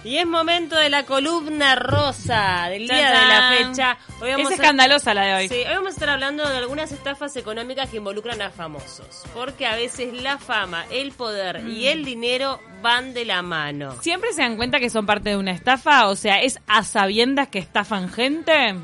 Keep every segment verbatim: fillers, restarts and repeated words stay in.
Y es momento de la columna rosa del día de la fecha. Hoy vamos es a... escandalosa la de hoy. Sí, hoy vamos a estar hablando de algunas estafas económicas que involucran a famosos. Porque a veces la fama, el poder mm. y el dinero van de la mano. ¿Siempre se dan cuenta que son parte de una estafa? O sea, ¿es a sabiendas que estafan gente?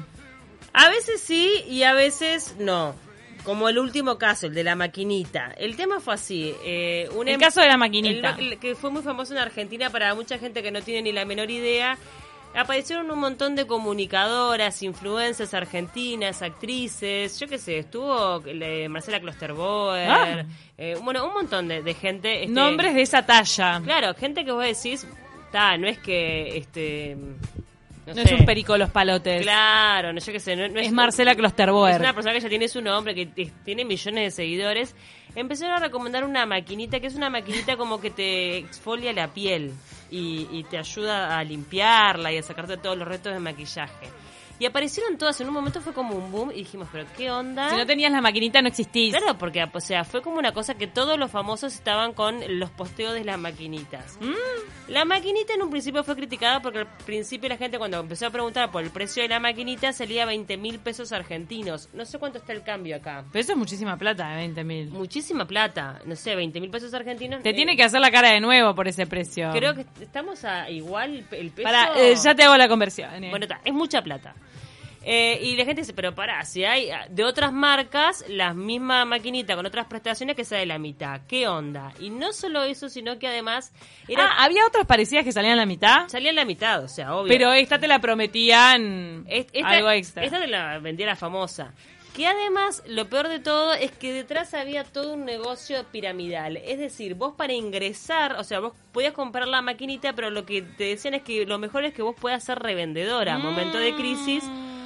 A veces sí y a veces no. Como el último caso, el de la maquinita. El tema fue así. Eh, un el em- caso de la maquinita. El, el, que fue muy famoso en Argentina para mucha gente que no tiene ni la menor idea. Aparecieron un montón de comunicadoras, influencers argentinas, actrices, yo qué sé, estuvo eh, Marcela Klosterboer, ah. eh, bueno, un montón de, de gente. Este, Nombres de esa talla. Claro, gente que vos decís, ta, no es que... este No, no es un perico los palotes. Claro, no, yo qué sé. No, no es, es Marcela Klosterboer. Es una persona que ya tiene su nombre, que t- tiene millones de seguidores. Empezaron a recomendar una maquinita, que es una maquinita como que te exfolia la piel y, y te ayuda a limpiarla y a sacarte todos los restos de maquillaje. Y aparecieron todas, en un momento fue como un boom y dijimos, pero ¿qué onda? Si no tenías la maquinita no existís. Claro, porque o sea, fue como una cosa que todos los famosos estaban con los posteos de las maquinitas. ¿Mm? La maquinita en un principio fue criticada porque al principio la gente cuando empezó a preguntar por el precio de la maquinita salía veinte mil pesos argentinos. No sé cuánto está el cambio acá. Pero eso es muchísima plata, veinte mil. Muchísima plata, no sé, veinte mil pesos argentinos. Te eh, tiene que hacer la cara de nuevo por ese precio. Creo que estamos a igual el peso. Para, eh, ya te hago la conversión. Eh. Bueno, está, es mucha plata. Eh, y la gente dice, pero pará, si hay de otras marcas la misma maquinita con otras prestaciones que sale la mitad, ¿qué onda? Y no solo eso, sino que además era... Ah, ¿había otras parecidas que salían la mitad? Salían la mitad, o sea, obvio. Pero esta te la prometían esta, algo extra. Esta te la vendía la famosa. Que además, lo peor de todo es que detrás había todo un negocio piramidal. Es decir, vos para ingresar, o sea, vos podías comprar la maquinita, pero lo que te decían es que lo mejor es que vos puedas ser revendedora. Mm. Momento de crisis,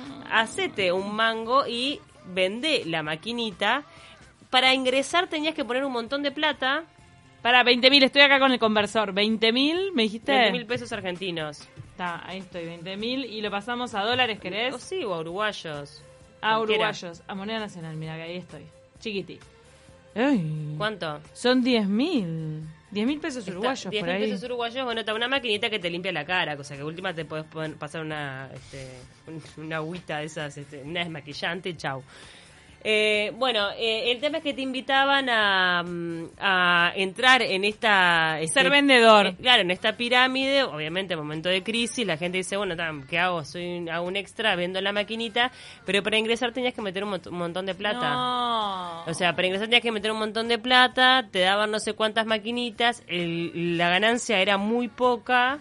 hacete un mango y vendé la maquinita. Para ingresar tenías que poner un montón de plata. Para veinte mil, estoy acá con el conversor. ¿veinte mil, me dijiste? veinte mil pesos argentinos. Está, ahí estoy, veinte mil. ¿Y lo pasamos a dólares, querés? O sí, o a uruguayos. A uruguayos, a moneda nacional, mira que ahí estoy. Chiquití. Ay, ¿cuánto? Son diez mil. diez mil pesos uruguayos diez por ahí. diez mil pesos uruguayos, bueno, está una maquinita que te limpia la cara, cosa que última te podés pasar una este, una agüita de esas, este, una desmaquillante, chau. Eh, bueno, eh, el tema es que te invitaban a, a entrar en esta... Este, ser vendedor. Eh, claro, en esta pirámide, obviamente en momento de crisis, la gente dice, bueno, ¿qué hago? Soy un, hago un extra, vendo la maquinita, pero para ingresar tenías que meter un, un montón de plata. No. O sea, para ingresar tenías que meter un montón de plata, te daban no sé cuántas maquinitas, el, la ganancia era muy poca...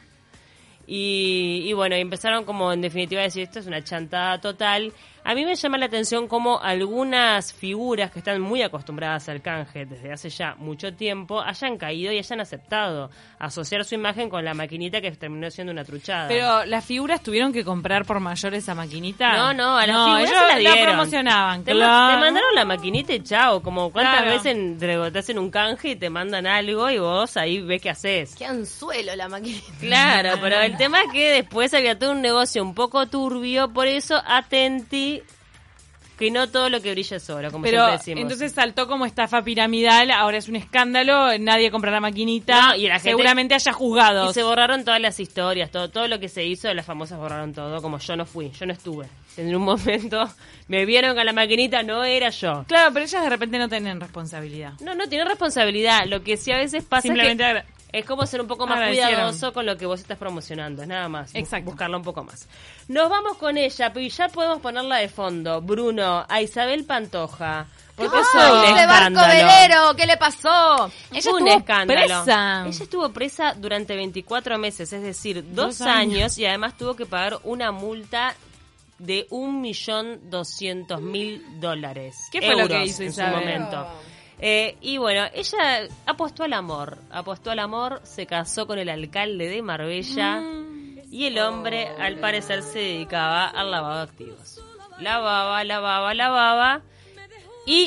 Y, y bueno, empezaron como en definitiva a decir, esto es una chantada total. A mí me llama la atención como algunas figuras que están muy acostumbradas al canje desde hace ya mucho tiempo hayan caído y hayan aceptado asociar su imagen con la maquinita que terminó siendo una truchada. Pero las figuras tuvieron que comprar por mayor esa maquinita. No, no, a las no, figuras ellos se la dieron. La promocionaban, te, claro. ma- te mandaron la maquinita y chao. Como cuántas Claro. veces te, te hacen un canje y te mandan algo y vos ahí ves qué haces. Qué anzuelo la maquinita. Claro, pero el tema es que después había todo un negocio un poco turbio, por eso atenti que no todo lo que brilla es oro, como Pero siempre decimos. entonces saltó como estafa piramidal, ahora es un escándalo, nadie compra la maquinita, No, y la gente- seguramente haya juzgados. Y se borraron todas las historias, todo todo lo que se hizo de las famosas borraron todo, como yo no fui, yo no estuve. En un momento me vieron con la maquinita, no era yo. Claro, pero ellas de repente no tienen responsabilidad. No, no tiene responsabilidad, lo que sí a veces pasa Simplemente es agra- que es como ser un poco más agradecieron. cuidadoso con lo que vos estás promocionando, es nada más. Exacto. Buscarla un poco más. Nos vamos con ella, pero ya podemos ponerla de fondo. Bruno, a Isabel Pantoja. Porque eso es un ¡Ay, ese barco escándalo. velero! ¿Qué le pasó? Ella Fue un estuvo escándalo. presa. Ella estuvo presa durante veinticuatro meses, es decir, dos, Dos años. años. y además tuvo que pagar una multa de un millón doscientos mil dólares. ¿Qué fue lo euros que hizo en su Isabel? momento? Eh, y bueno, ella apostó al amor, apostó al amor, se casó con el alcalde de Marbella Mm. y el hombre al parecer se dedicaba al lavado de activos. Lavaba, lavaba, lavaba y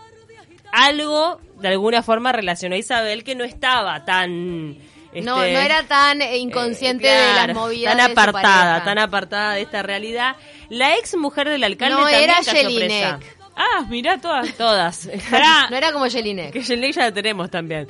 algo de alguna forma relacionó a Isabel que no estaba tan... Este, No, no era tan eh, inconsciente eh, de claro, las movidas tan de su apartada, pareja. tan apartada de esta realidad. La ex mujer del alcalde No también era cayó Jelinek. presa. Ah, mirá todas. Todas. Pará. No era como Jelinek. Que Jelinek ya la tenemos también.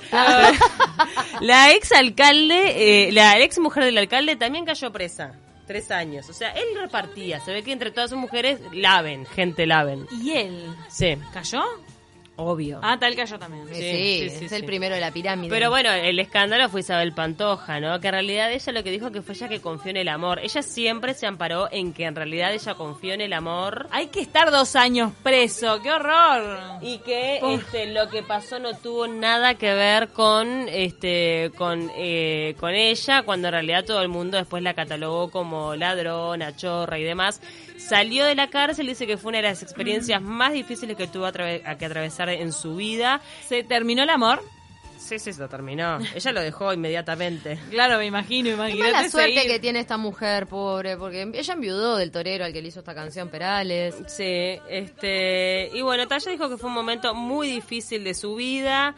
La ex alcalde, eh, la ex mujer del alcalde también cayó presa. Tres años. O sea, él repartía. Se ve que entre todas sus mujeres laven, gente laven. ¿Y él? Sí, ¿Cayó? obvio. Ah, tal cayó también. Sí, Sí, sí, sí, es sí, el sí. primero de la pirámide. Pero bueno, el escándalo fue Isabel Pantoja, ¿no? Que en realidad ella lo que dijo que fue ella que confió en el amor. Ella siempre se amparó en que en realidad ella confió en el amor. Hay que estar dos años preso. ¡Qué horror! Y que Uf. este, lo que pasó no tuvo nada que ver con este con eh, con ella, cuando en realidad todo el mundo después la catalogó como ladrona, chorra y demás. Salió de la cárcel, dice que fue una de las experiencias más difíciles que tuvo a, trave- a que atravesar en su vida. ¿Se terminó el amor? Sí, sí, se lo terminó. Ella lo dejó inmediatamente. Claro, me imagino, Qué imagínate. mala suerte seguir. que tiene esta mujer, pobre, porque ella enviudó del torero al que le hizo esta canción, Perales. Sí, este, y bueno, Talla dijo que fue un momento muy difícil de su vida.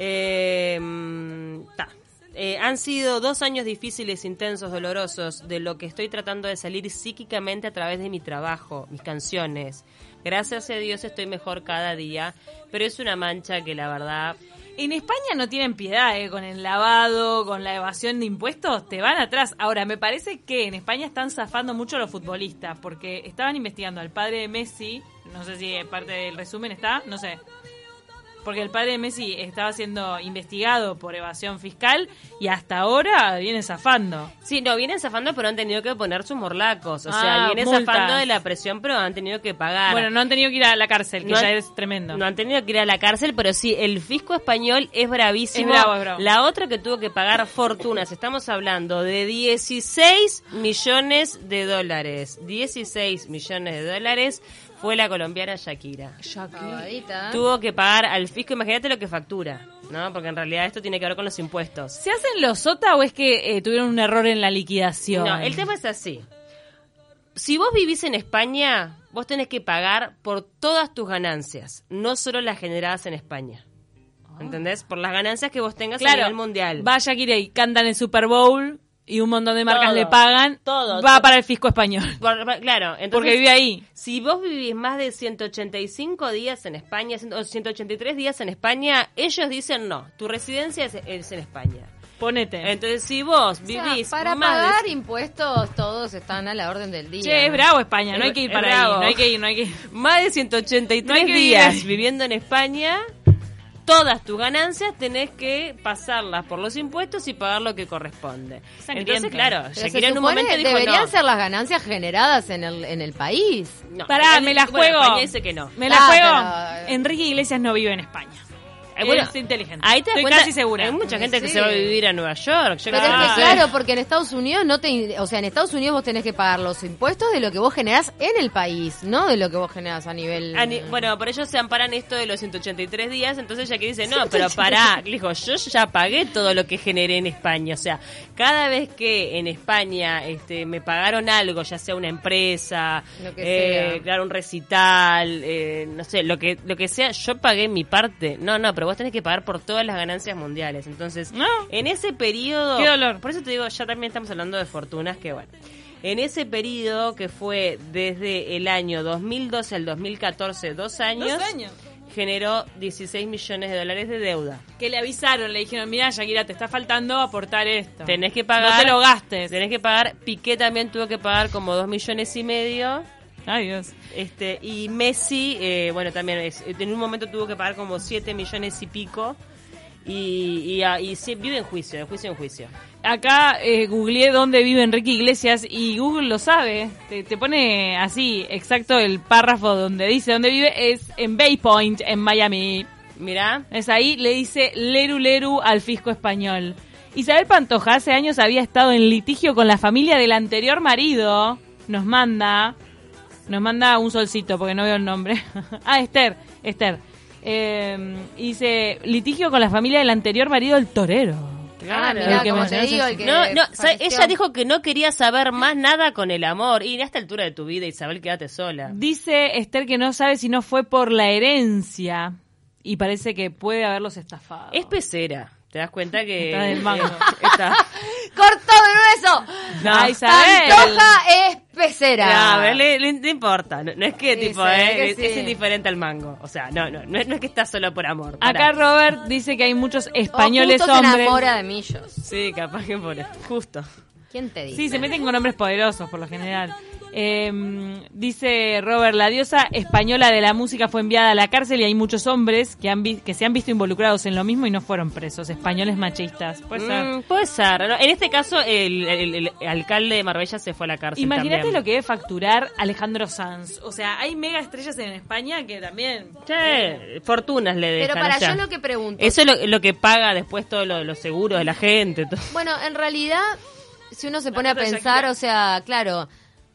Eh, mm, ta. Eh, han sido dos años difíciles, intensos, dolorosos, de lo que estoy tratando de salir psíquicamente a través de mi trabajo, mis canciones. Gracias a Dios estoy mejor cada día, pero es una mancha que la verdad... En España no tienen piedad, ¿eh? Con el lavado, con la evasión de impuestos, te van atrás. Ahora, me parece que en España están zafando mucho los futbolistas, porque estaban investigando al padre de Messi, no sé si parte del resumen está, no sé. Porque el padre de Messi estaba siendo investigado por evasión fiscal y hasta ahora viene zafando. Sí, no, vienen zafando, pero han tenido que poner sus morlacos. O Ah, sea, vienen multas. zafando de la presión, pero han tenido que pagar. Bueno, no han tenido que ir a la cárcel, que No ya han- es tremendo. No han tenido que ir a la cárcel, pero sí, el fisco español es bravísimo. Es bravo, es bravo. La otra que tuvo que pagar fortunas, estamos hablando de dieciséis millones de dólares. dieciséis millones de dólares fue la colombiana Shakira. Acabadita. Tuvo que pagar al fisco, imagínate lo que factura, ¿no? Porque en realidad esto tiene que ver con los impuestos. ¿Se hacen los sota o es que eh, tuvieron un error en la liquidación? No, el tema es así. Si vos vivís en España, vos tenés que pagar por todas tus ganancias, no solo las generadas en España. ¿Entendés? Por las ganancias que vos tengas a Claro, nivel mundial. va Shakira y cantan el Super Bowl y un montón de marcas Todo, le pagan, todo, va todo. para el fisco español. Por- claro, entonces, Porque vive ahí. si vos vivís más de ciento ochenta y cinco días en España, o ciento ochenta y tres días en España, ellos dicen no, tu residencia es, es en España. Ponete. Entonces, si vos O sea, vivís para más de- pagar impuestos todos están a la orden del día. Che, es ¿no? bravo España, no Es- hay que ir es para bravo. ahí, no hay que ir, no hay que ir. más de ciento ochenta y No hay tres que vivir días ahí. viviendo en España, todas tus ganancias tenés que pasarlas por los impuestos y pagar lo que corresponde. Sangriento. Entonces, claro, Pero se Shakira en un supone momento dijo deberían no. ser las ganancias generadas en el, en el país. no. Pará, Él- me la bueno, juego. España dice que no. Me la Ah, juego. pero- Enrique Iglesias no vive en España. Eh, bueno, es inteligente. Ahí te das Estoy cuenta, casi segura. hay mucha gente que Sí. se va a vivir a Nueva York. Yo Pero creo es Ah, que que- claro, porque en Estados Unidos no te, o sea, en Estados Unidos vos tenés que pagar los impuestos de lo que vos generás en el país, no de lo que vos generás a nivel. A ni- bueno, por ellos se amparan esto de los ciento ochenta y tres días, entonces ella que dice, no, pero pará, le dijo, yo ya pagué todo lo que generé en España, o sea, cada vez que en España este, me pagaron algo, ya sea una empresa, Lo que eh, sea. claro, un recital, eh, no sé, lo que lo que sea, yo pagué mi parte, no, no, pero vos tenés que pagar por todas las ganancias mundiales, entonces, No. en ese periodo, Qué dolor. por eso te digo, ya también estamos hablando de fortunas que, bueno, en ese periodo que fue desde el año dos mil doce al dos mil catorce, dos años, Dos años. generó dieciséis millones de dólares de deuda. Que le avisaron, le dijeron, mira Shakira, te está faltando aportar esto. Tenés que pagar. No te lo gastes. Tenés que pagar. Piqué también tuvo que pagar como dos millones y medio. Ay, Dios. Este, y Messi, eh, bueno, también es- en un momento tuvo que pagar como siete millones y pico. Y, y, ah, y sí, vive en juicio, de juicio en juicio. Acá eh, googleé dónde vive Enrique Iglesias y Google lo sabe. Te, te pone así, exacto, el párrafo donde dice dónde vive. Es en Bay Point, en Miami. Mirá, Es ahí, le dice Leru Leru al fisco español. Isabel Pantoja hace años había estado en litigio con la familia del anterior marido. Nos manda, nos manda un solcito porque no veo el nombre. ah, Esther, Esther. Eh, y dice, litigio con la familia del anterior marido del torero. Ah, claro. mirá, El que como me te hace digo, así. el que No, no, sa- falleció. ella dijo que no quería saber más nada con el amor. Y a esta altura de tu vida, Isabel, quédate sola. Dice Esther que no sabe si no fue por la herencia y parece que puede haberlos estafado. Es pecera. ¿Te das cuenta que Está del mango. eh, está- ¡Cortó grueso! No, Isabel. Pantoja es Pecera. No, pero le, le, le importa. No, no es que Sí, tipo, sé eh, que es, sí. es indiferente al mango. O sea, no, no, no, es- no es que está solo por amor. pará. Acá Robert dice que hay muchos O españoles justo se hombres. enamora de millos. Sí, capaz que por justo. ¿Quién te dice? Sí, se meten con hombres poderosos por lo general. Eh, dice Robert, la diosa española de la música fue enviada a la cárcel y hay muchos hombres que han vi- que se han visto involucrados en lo mismo y no fueron presos, españoles machistas. Puede ser. Mm, puede ser. ¿no? En este caso, el, el- el- el alcalde de Marbella se fue a la cárcel. Imagínate también. lo que debe facturar Alejandro Sanz. O sea, hay mega estrellas en España que también... Che, fortunas le dejan. Pero para o sea, yo lo que pregunto. Eso es lo, lo que paga después todo lo, los seguros de la gente. todo. Bueno, en realidad, si uno se La pone a plata de pensar, Shakira. o sea, claro,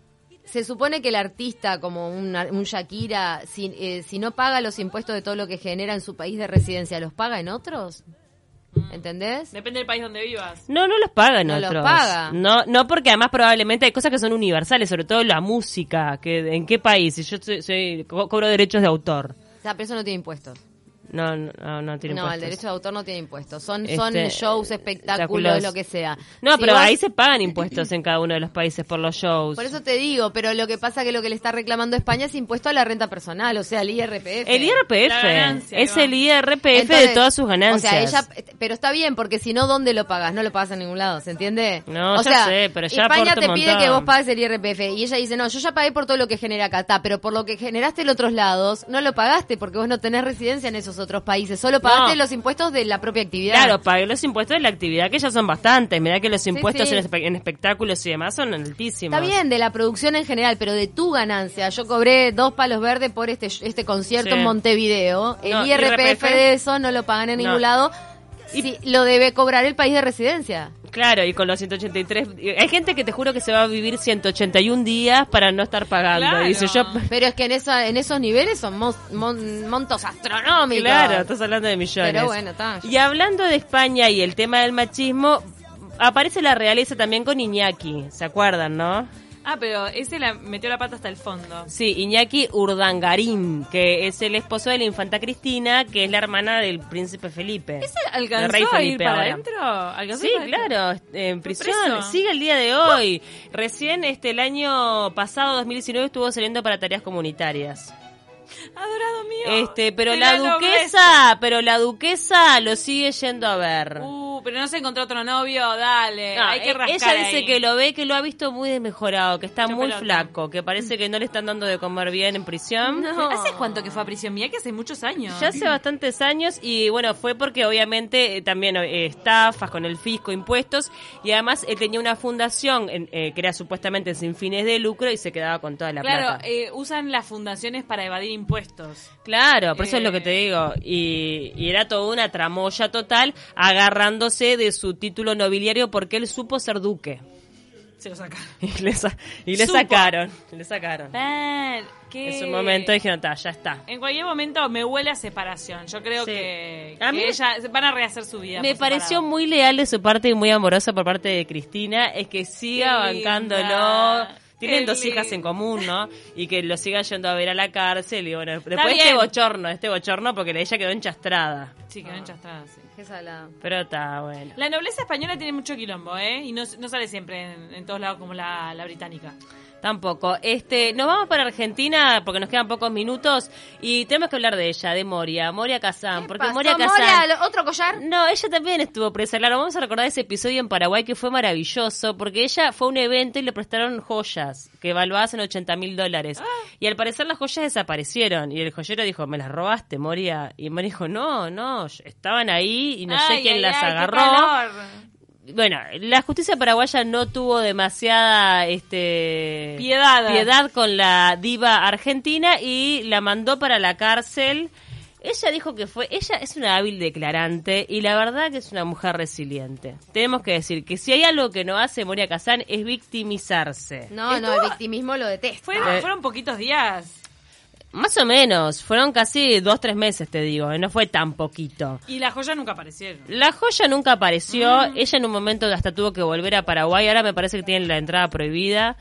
se supone que el artista, como un, un Shakira, si, eh, si no paga los impuestos de todo lo que genera en su país de residencia, ¿los paga en otros? ¿Entendés? Depende del país donde vivas. No, no los pagan No los otros. paga. No, no, porque además probablemente hay cosas que son universales, sobre todo la música. Que ¿en qué país? Si yo soy, soy- co- cobro derechos de autor. O sea, pero eso no tiene impuestos. No, no, no, no tiene No, impuestos. el derecho de autor no tiene impuestos. Son, Este, son shows, espectáculos, espectáculos. lo que sea. No, Si pero vos- ahí se pagan impuestos en cada uno de los países por los shows. Por eso te digo, pero lo que pasa que lo que le está reclamando España es impuesto a la renta personal, o sea, el I R P F. El I R P La F ganancia, es ¿no? el I R P F Entonces, de todas sus ganancias. O sea, ella, pero está bien, porque si no, ¿dónde lo pagas? No lo pagas en ningún lado, ¿se entiende? No, o ya sea, sé, pero ya España aporta te un pide montón. que vos pagues el I R P F y ella dice, no, yo ya pagué por todo lo que genera acá, está, pero por lo que generaste en otros lados, no lo pagaste porque vos no tenés residencia en esos otros países, solo pagaste No. los impuestos de la propia actividad. Claro, pagué los impuestos de la actividad, que ya son bastantes. Mirá que los impuestos sí. En, espe- en espectáculos y demás son altísimos. Está bien, de la producción en general, pero de tu ganancia. Yo cobré dos palos verdes por este este concierto Sí. en Montevideo. El No, I R P F I R P F de eso no lo pagan en No. ningún lado. Sí, lo debe cobrar el país de residencia. Claro, y con los ciento ochenta y tres... Hay gente que te juro que se va a vivir ciento ochenta y un días para no estar pagando. Claro. Dice yo... Pero es que en esa, en esos niveles son mon- mon- montos astronómicos. Claro, estás hablando de millones. Pero bueno, está. Y hablando de España y el tema del machismo, aparece la realeza también con Iñaki. ¿Se acuerdan, no? Ah, pero ese la metió la pata hasta el fondo. Sí, Iñaki Urdangarín, que es el esposo de la infanta Cristina, que es la hermana del príncipe Felipe. ¿Ese Del alcanzó rey a ir Felipe para ahora. adentro? ¿Alcanzó Sí, para adentro? claro, en prisión. preso? Sigue el día de hoy. Recién este el año pasado, dos mil diecinueve, estuvo saliendo para tareas comunitarias. Adorado mío. Este, pero Te la nobleza. duquesa, pero la duquesa lo sigue yendo a ver. Uh, pero no se encontró otro novio, dale. No, hay que eh, rascar ella dice ahí. que lo ve, que lo ha visto muy desmejorado, que está Mucha muy pelota. flaco, que parece que no le están dando de comer bien en prisión. No. ¿Hace cuánto que fue a prisión? Mía que hace muchos años. Ya hace bastantes años y bueno, fue porque obviamente eh, también eh, estafas con el fisco, impuestos y además él tenía una fundación en- eh, que era supuestamente sin fines de lucro y se quedaba con toda la Claro, plata. eh, usan las fundaciones para evadir impuestos. Claro, por eso es lo que Eh. te digo. Y, y era toda una tramoya total agarrándose de su título nobiliario porque él supo ser duque. Se lo sacaron. Y le, sa- y le Supo. sacaron, le sacaron. Man, ¿qué? En su momento dijeron, "Ta, ya está. En cualquier momento me huele a separación. Yo creo Sí. que, A que mí- ella van a rehacer su vida. Me por pareció separado. muy leal de su parte y muy amorosa por parte de Cristina, es que siga Qué linda, bancándolo. Tienen qué dos hijas linda. en común, ¿no? Y que lo siga yendo a ver a la cárcel y bueno, después bien. este bochorno, este bochorno porque ella quedó enchastrada. Sí, quedó enchastrada, sí. Qué salado. Pero está bueno. La nobleza española tiene mucho quilombo, ¿eh? Y no, no sale siempre en, en todos lados como la, la británica. Tampoco. Este, nos vamos para Argentina porque nos quedan pocos minutos y tenemos que hablar de ella, de Moria, Moria Kazan, ¿Qué porque pasó, Moria Moria? Kazan. ¿Lo- ¿Otro collar? No, ella también estuvo presa. Claro, vamos a recordar ese episodio en Paraguay que fue maravilloso porque ella fue a un evento y le prestaron joyas que evaluadas en ochenta mil dólares. Y al parecer las joyas desaparecieron y el joyero dijo, me las robaste, Moria. Y Moria dijo, no, no, estaban ahí y no sé Ay, quién ay, las ay, qué agarró. calor. Bueno, la justicia paraguaya no tuvo demasiada este Piedad. piedad con la diva argentina y la mandó para la cárcel. Ella dijo que fue, ella es una hábil declarante y la verdad que es una mujer resiliente. Tenemos que decir que si hay algo que no hace Moria Kazan es victimizarse. No, no, el victimismo lo detesto. Fue- Eh. Fueron poquitos días. Más o menos, fueron casi dos, tres meses, te digo, ¿eh? No fue tan poquito. Y las joyas nunca aparecieron. La joya nunca apareció, Mm. ella en un momento hasta tuvo que volver a Paraguay, ahora me parece que tienen la entrada prohibida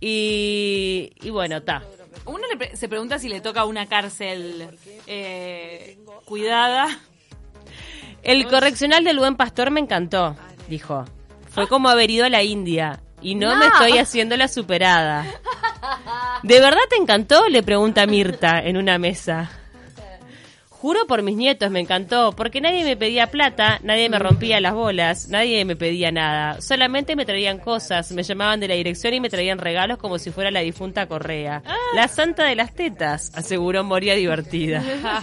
y, y bueno, está. Uno le pre- se pregunta si le toca una cárcel eh, cuidada. El correccional del Buen Pastor me encantó, dijo. Fue como haber ido a la India y no, No. me estoy haciendo la superada. ¿De verdad te encantó? Le pregunta Mirta en una mesa. Juro por mis nietos, me encantó, porque nadie me pedía plata, nadie me rompía las bolas, nadie me pedía nada. Solamente me traían cosas, me llamaban de la dirección y me traían regalos como si fuera la difunta Correa. La santa de las tetas, aseguró Moria divertida.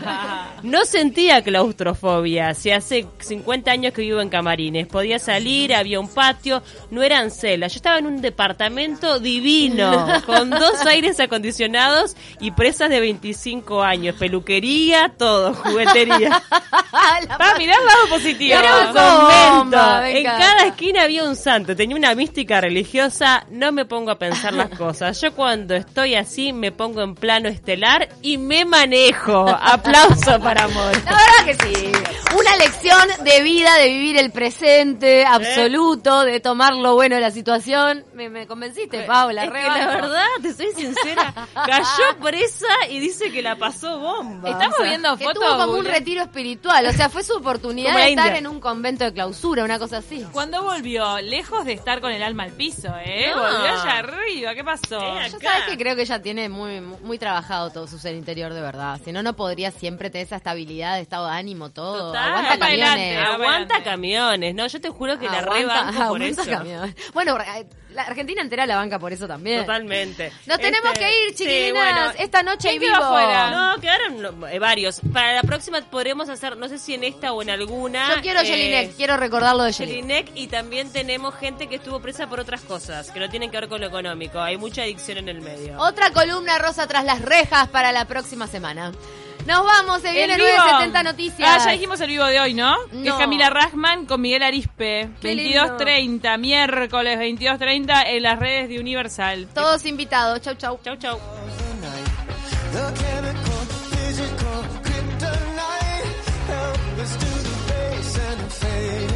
No sentía claustrofobia, si hace cincuenta años que vivo en Camarines. Podía salir, había un patio, no eran celas. Yo estaba en un departamento divino, con dos aires acondicionados y presas de veinticinco años, peluquería, todo. Juguetería. Va, mirá el lado positivo. Era un convento. En cada esquina había un santo. Tenía una mística religiosa. No me pongo a pensar las cosas. Yo cuando estoy así me pongo en plano estelar y me manejo. Aplauso para Amor. La verdad que sí. Una lección de vida, de vivir el presente absoluto, de tomar lo bueno de la situación. Me, me convenciste, Paula. Es que la verdad, te soy sincera, cayó presa y dice que la pasó bomba. Estamos O sea, viendo Que fotos. tuvo como un Julián. retiro espiritual, o sea, fue su oportunidad Como de la estar India. en un convento de clausura, una cosa así. Cuando volvió, lejos de estar con el alma al piso, ¿eh? No. Volvió allá arriba, ¿qué pasó? Eh, Yo acá. sabes que creo que ella tiene muy muy trabajado todo su ser interior de verdad, si no, no podría siempre tener esa estabilidad de estado de ánimo, todo. Total. Aguanta Va para camiones. adelante, va para Aguanta adelante. camiones, no, yo te juro que la Aguanta- rebanco por aguanta eso. camiones. Bueno, la Argentina entera la banca por eso también. Totalmente. Nos tenemos Este, que ir, sí, chiquilinas. bueno, Esta noche hay ¿quién vivo. quedó afuera? no, quedaron lo- eh, varios. Para la próxima podremos hacer, no sé si en esta o en alguna. Yo quiero eh, Jelinek, quiero recordarlo de Jelinek. Jelinek, y también tenemos gente que estuvo presa por otras cosas, que no tienen que ver con lo económico. Hay mucha adicción en el medio. Otra columna rosa tras las rejas para la próxima semana. Nos vamos, se viene El vivo. nueve setenta Noticias. Ah, ya dijimos el vivo de hoy, ¿no? Que No. es Camila Rajman con Miguel Arispe. Qué veintidós treinta, miércoles veintidós treinta en las redes de Universal. Todos invitados. Chau, chau. Chau, chau. The chemical, physical, kryptonite. Help us to the base and fade